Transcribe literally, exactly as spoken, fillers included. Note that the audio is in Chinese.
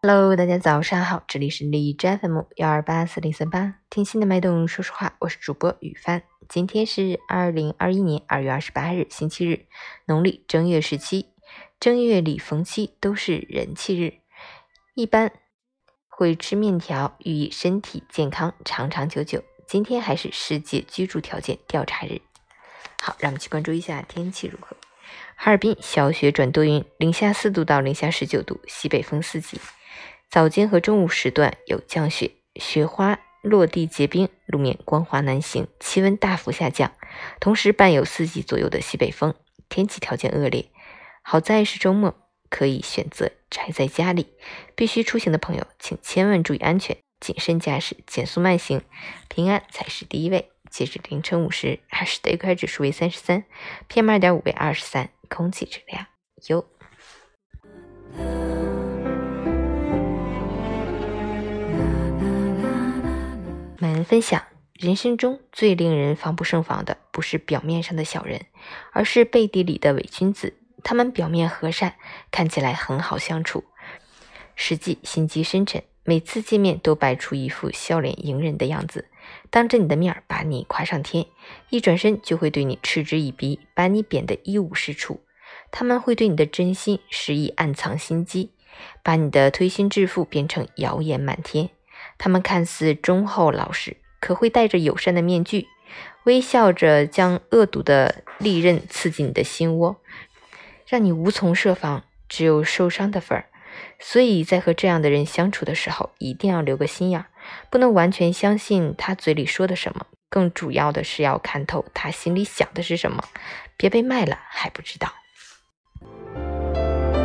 Hello， 大家早上好，这里是荔枝 F M 一二八四零三八，听心的脉动说说话，我是主播雨帆。今天是二零二一年二月二十八日，星期日，农历正月十七。正月里逢七都是人气日，一般会吃面条，寓意身体健康，长长久久。今天还是世界居住条件调查日。好，让我们去关注一下天气如何。哈尔滨小雪转多云，零下四度到零下十九度，西北风四级。早间和中午时段有降雪，雪花落地结冰，路面光滑难行，气温大幅下降，同时伴有四级左右的西北风，天气条件恶劣。好在是周末，可以选择宅在家里，必须出行的朋友请千万注意安全，谨慎驾驶，减速慢行，平安才是第一位。截止凌晨五时，海市的 A Q I 指数为三十三 ，P M 二点五 为二十三，空气质量优。每人分享，人生中最令人防不胜防的不是表面上的小人，而是背地里的伪君子。他们表面和善，看起来很好相处，实际心机深沉，每次见面都摆出一副笑脸迎人的样子，当着你的面把你夸上天，一转身就会对你嗤之以鼻，把你贬得一无是处。他们会对你的真心实意暗藏心机，把你的推心置腹变成谣言满天。他们看似忠厚老实，可会戴着友善的面具，微笑着将恶毒的利刃刺进你的心窝，让你无从设防，只有受伤的份儿。所以在和这样的人相处的时候，一定要留个心眼儿，不能完全相信他嘴里说的什么，更主要的是要看透他心里想的是什么，别被卖了还不知道。